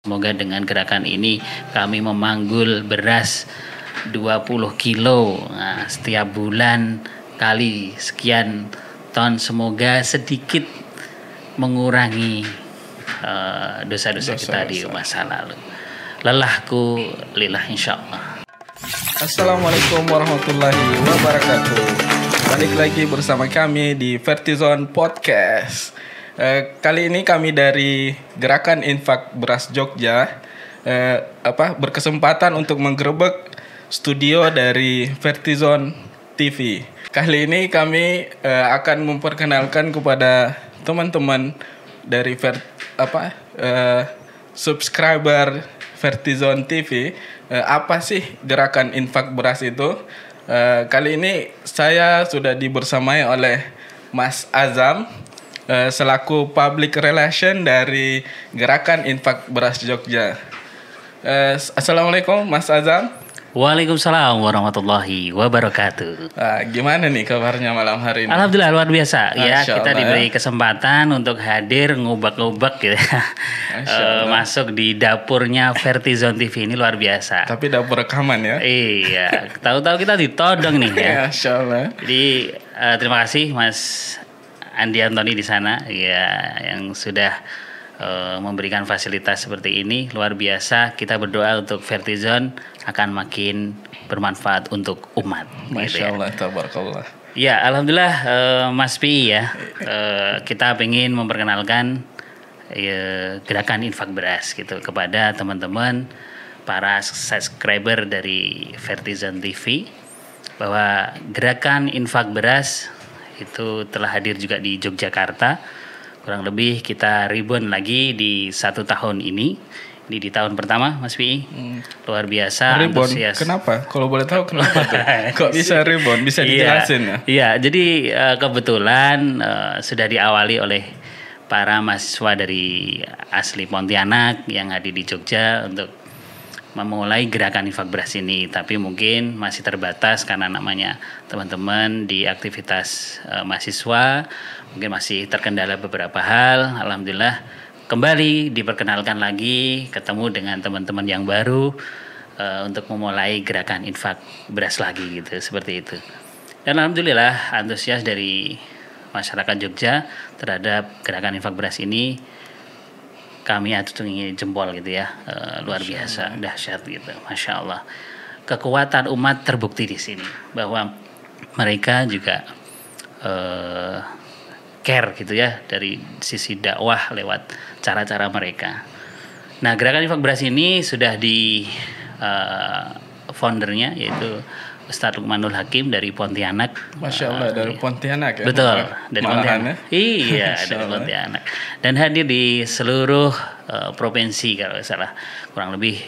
Semoga dengan gerakan ini kami memanggul beras 20 kilo setiap bulan kali sekian ton. Semoga sedikit mengurangi dosa-dosa kita di masa lalu. Lelahku lillah insyaallah. Assalamualaikum warahmatullahi wabarakatuh. Balik lagi bersama kami di Vertizon Podcast. Kali ini kami dari Gerakan Infak Beras Jogja berkesempatan untuk menggerebek studio dari Vertizon TV. Kali ini kami akan memperkenalkan kepada teman-teman dari subscriber Vertizon TV apa sih gerakan infak beras itu. Kali ini saya sudah dibersamai oleh Mas Azam selaku public relation dari Gerakan Infak Beras Jogja. Assalamualaikum Mas Azam. Waalaikumsalam warahmatullahi wabarakatuh. Gimana nih kabarnya malam hari ini? Alhamdulillah luar biasa ya, kita diberi kesempatan untuk hadir ngubak-ngubak gitu masuk di dapurnya Vertizon TV ini luar biasa. Tapi dapur rekaman ya? Iya, tahu-tahu kita ditodong nih ya. Masya Allah. Jadi terima kasih Mas Andi Antoni di sana ya, yang sudah memberikan fasilitas seperti ini. Luar biasa. Kita berdoa untuk Vertizon akan makin bermanfaat untuk umat. Masya Allah, tabarakallah. Ya, alhamdulillah Mas Pi ya. Kita ingin memperkenalkan gerakan infak beras gitu kepada teman-teman para subscriber dari Vertizon TV, bahwa gerakan infak beras itu telah hadir juga di Yogyakarta. Kurang lebih kita ribbon lagi di 1 tahun ini. Ini di tahun pertama Mas Pi. Luar biasa ribbon. Antusias. Kenapa? Kalau boleh tahu kenapa tuh? Kok bisa ribbon? Bisa dijelasin ya? Iya, jadi kebetulan sudah diawali oleh para mahasiswa dari asli Pontianak yang hadir di Jogja untuk memulai gerakan infak beras ini, tapi mungkin masih terbatas karena namanya teman-teman di aktivitas mahasiswa, mungkin masih terkendala beberapa hal. Alhamdulillah kembali diperkenalkan lagi, ketemu dengan teman-teman yang baru untuk memulai gerakan infak beras lagi gitu, seperti itu. Dan alhamdulillah antusias dari masyarakat Jogja terhadap gerakan infak beras ini kami atungi jempol gitu ya, luar biasa, dahsyat gitu, masya Allah. Kekuatan umat terbukti di sini bahwa mereka juga care gitu ya dari sisi dakwah lewat cara-cara mereka. Nah, gerakan infak beras ini sudah di foundernya yaitu Ustadz Lukmanul Hakim dari Pontianak. Masya Allah, dari Pontianak ya? Betul, dari Pontianak. Iya, dari Pontianak. Dan hadir di seluruh provinsi kalau salah. Kurang lebih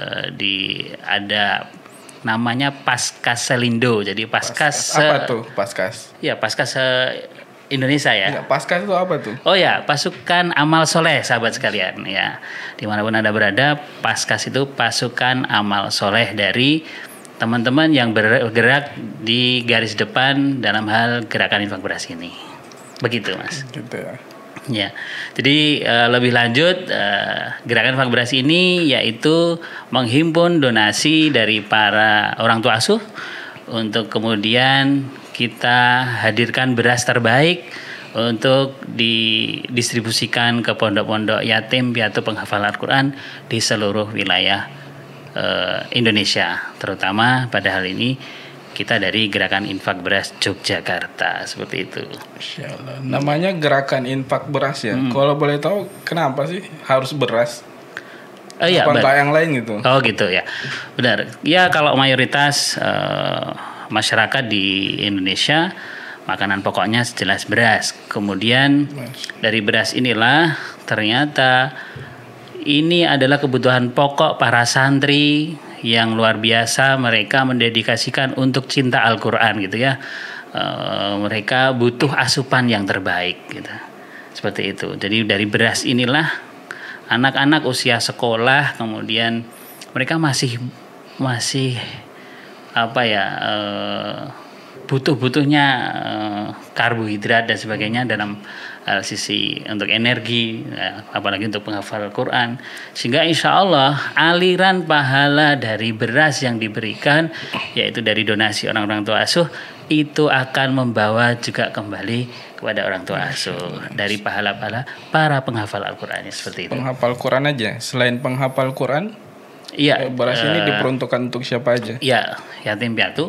ada namanya Paskas Selindo. Jadi Paskas apa tuh Paskas? Iya, Paskas Indonesia ya. Enggak, Paskas itu apa tuh? Oh ya, pasukan amal soleh sahabat sekalian ya. Dimanapun Anda berada, Paskas itu pasukan amal soleh dari teman-teman yang bergerak di garis depan dalam hal gerakan infak beras ini. Begitu Mas. Gitu ya. Ya, jadi lebih lanjut gerakan infak beras ini yaitu menghimpun donasi dari para orang tua asuh untuk kemudian kita hadirkan beras terbaik untuk didistribusikan ke pondok-pondok yatim piatu penghafal Al-Quran di seluruh wilayah Indonesia, terutama pada hal ini kita dari Gerakan Infak Beras Yogyakarta, seperti itu. Masya Allah. Namanya Gerakan Infak Beras ya. Kalau boleh tahu kenapa sih harus beras? Iya, apa enggak yang lain gitu? Oh gitu ya, benar. Ya kalau mayoritas masyarakat di Indonesia makanan pokoknya jelas beras. Kemudian dari beras inilah ternyata ini adalah kebutuhan pokok para santri yang luar biasa. Mereka mendedikasikan untuk cinta Al-Quran gitu ya. Mereka butuh asupan yang terbaik gitu. Seperti itu. Jadi dari beras inilah anak-anak usia sekolah, kemudian mereka masih butuhnya karbohidrat dan sebagainya dalam sisi untuk energi, apalagi untuk penghafal Quran, sehingga insya Allah aliran pahala dari beras yang diberikan, yaitu dari donasi orang-orang tua asuh, itu akan membawa juga kembali kepada orang tua asuh dari pahala-pahala para penghafal Al-Qurannya, seperti itu. Penghafal Quran aja, selain penghafal Quran, Iya, beras ini diperuntukkan untuk siapa aja? Iya, yatim piatu,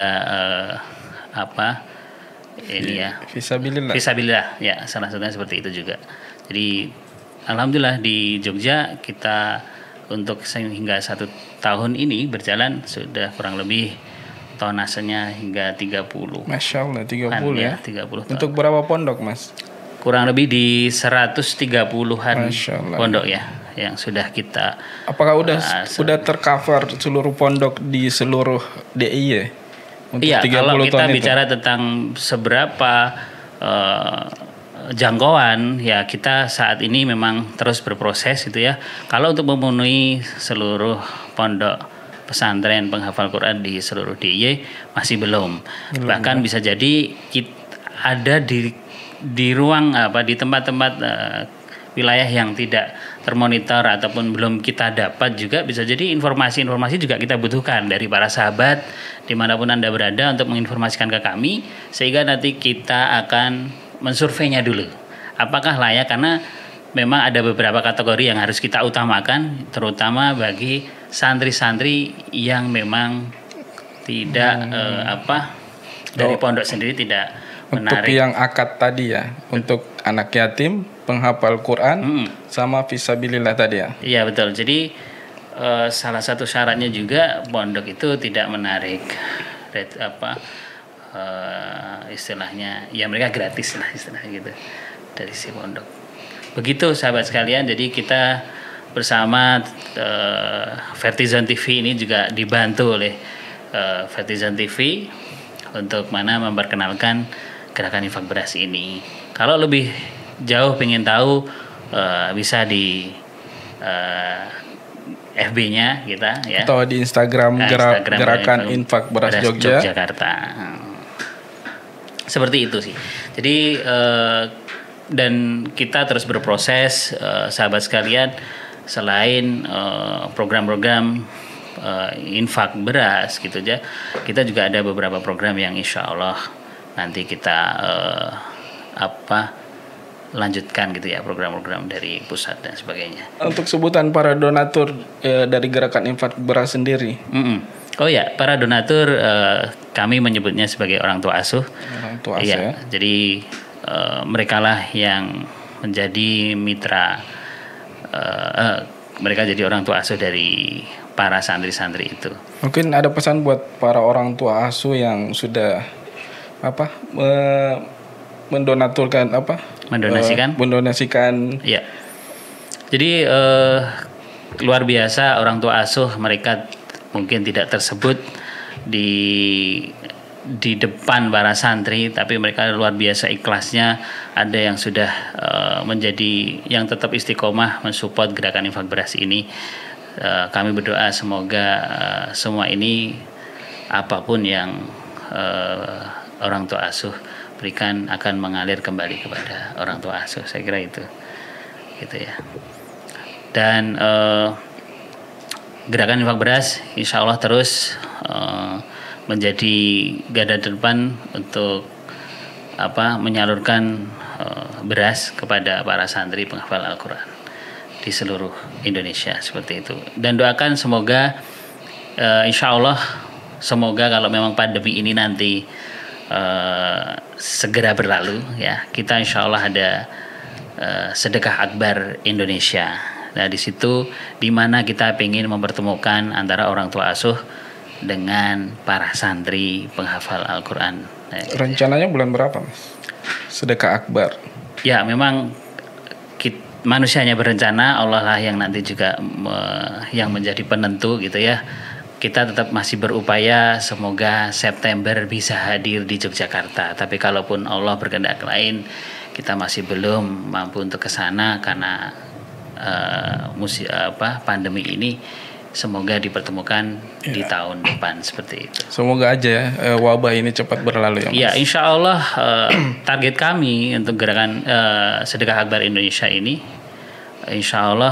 ini ya. Fisabilillah, ya salah satunya seperti itu juga. Jadi alhamdulillah di Jogja kita untuk hingga 1 tahun ini berjalan sudah kurang lebih tonasenya hingga 30. Masya Allah, 30 ya. 30 ton. Untuk berapa pondok, Mas? Kurang lebih di 130-an Masya Allah. pondok ya yang sudah kita. Apakah udah tercover seluruh pondok di seluruh DIY? Untuk Iya, 30 kalau kita ton bicara tentang seberapa jangkauan, ya kita saat ini memang terus berproses gitu ya. Kalau untuk memenuhi seluruh pondok pesantren penghafal Quran di seluruh DIY masih belum. Bahkan bisa jadi ada di ruang di tempat-tempat wilayah yang tidak termonitor ataupun belum kita dapat, juga bisa jadi informasi-informasi juga kita butuhkan dari para sahabat dimanapun Anda berada untuk menginformasikan ke kami, sehingga nanti kita akan mensurveinya dulu apakah layak, karena memang ada beberapa kategori yang harus kita utamakan, terutama bagi santri-santri yang memang tidak dari pondok sendiri tidak menarik. Untuk yang akad tadi ya, untuk anak yatim, penghafal Quran, sama fisabilillah tadi ya. Iya betul. Jadi salah satu syaratnya juga pondok itu tidak menarik istilahnya, ya mereka gratis lah istilahnya gitu dari si pondok. Begitu sahabat sekalian. Jadi kita bersama Vertizon TV ini juga dibantu oleh Vertizon TV untuk memperkenalkan gerakan infak beras ini. Kalau lebih jauh pengen tahu bisa di FB-nya kita ya, atau di Instagram, gerakan infak beras Yogyakarta. Seperti itu sih. Jadi dan kita terus berproses sahabat sekalian, selain program-program infak beras gitu aja, kita juga ada beberapa program yang insya Allah nanti kita lanjutkan gitu ya, program-program dari pusat dan sebagainya. Untuk sebutan para donatur dari gerakan infak beras sendiri. Oh ya, para donatur kami menyebutnya sebagai orang tua asuh. Orang tua asuh ya. Jadi mereka lah yang menjadi mitra, mereka jadi orang tua asuh dari para santri-santri itu. Mungkin ada pesan buat para orang tua asuh yang sudah mendonasikan. Ya. Jadi luar biasa orang tua asuh, mereka mungkin tidak tersebut di depan para santri, tapi mereka luar biasa ikhlasnya. Ada yang sudah menjadi yang tetap istiqomah mensupport gerakan infak beras ini. Kami berdoa semoga semua ini, apapun yang orang tua asuh berikan, akan mengalir kembali kepada orang tua asuh. Saya kira itu gitu ya. Dan gerakan infak beras insya Allah terus menjadi garda depan untuk menyalurkan beras kepada para santri penghafal Al-Quran di seluruh Indonesia, seperti itu. Dan doakan semoga insya Allah, semoga kalau memang pandemi ini nanti segera berlalu ya, kita insya Allah ada sedekah akbar Indonesia. Nah di situ dimana kita ingin mempertemukan antara orang tua asuh dengan para santri penghafal Al-Quran. Rencananya bulan berapa, Mas? Sedekah akbar. Ya memang manusianya berencana, Allah lah yang nanti juga yang menjadi penentu gitu ya. Kita tetap masih berupaya semoga September bisa hadir di Yogyakarta. Tapi kalaupun Allah berkehendak lain, kita masih belum mampu untuk ke sana karena pandemi ini. semoga dipertemukan di tahun depan seperti itu. Semoga aja ya wabah ini cepat berlalu ya Mas. Ya, insya Allah target kami untuk gerakan Sedekah Akbar Indonesia ini, insya Allah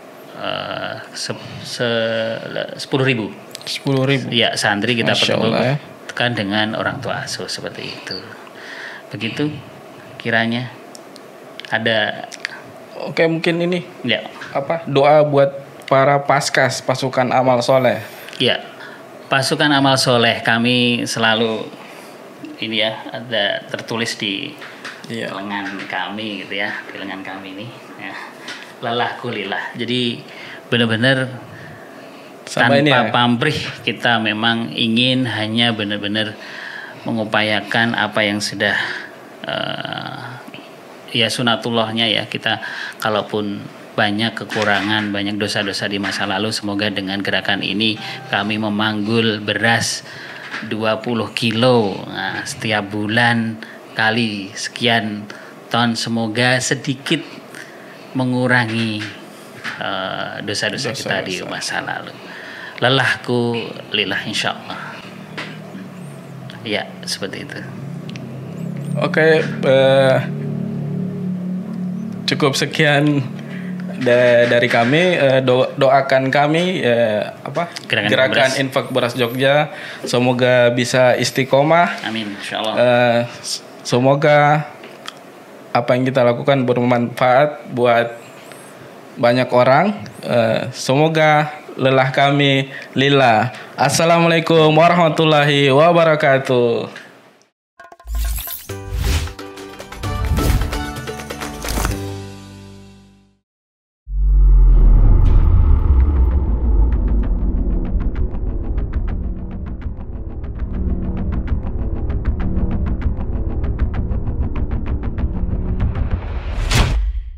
10.000. 10.000. Ya, santri kita Masya Allah, ya. pertemukan dengan orang tua asuh seperti itu. Begitu kiranya ada. Oke, mungkin ini Ya, doa buat para paskas pasukan amal soleh. ya, pasukan amal soleh kami selalu ini ya, ada tertulis di Iya. lengan kami gitu ya, di lengan kami ini ya. Lelahku lillah. Jadi benar-benar Sama tanpa ini ya. pamrih kita memang ingin hanya benar-benar mengupayakan apa yang sudah ya sunatullahnya ya. Kita kalaupun banyak kekurangan, banyak dosa-dosa di masa lalu, semoga dengan gerakan ini kami memanggul beras 20 kilo setiap bulan kali sekian ton, semoga sedikit mengurangi dosa-dosa kita di masa lalu. Lelahku lillah insyaallah. Ya, seperti itu. Oke, cukup sekian dari kami. Doakan kami gerakan infak beras Jogja semoga bisa istiqomah. Amin insyaallah. Semoga apa yang kita lakukan bermanfaat buat banyak orang. Semoga lelah kami lillah. Assalamualaikum warahmatullahi wabarakatuh.